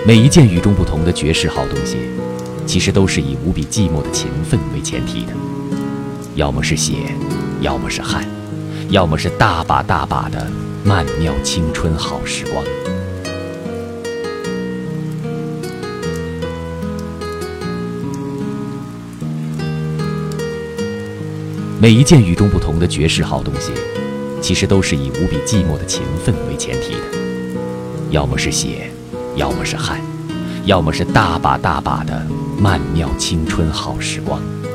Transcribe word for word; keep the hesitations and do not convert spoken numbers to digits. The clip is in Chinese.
每一件与众不同的绝世好东西，其实都是以无比寂寞的勤奋为前提的，要么是血，要么是汗，要么是大把大把的曼妙青春好时光。每一件与众不同的绝世好东西，其实都是以无比寂寞的勤奋为前提的，要么是血，要么是汗，要么是大把大把的曼妙青春好时光。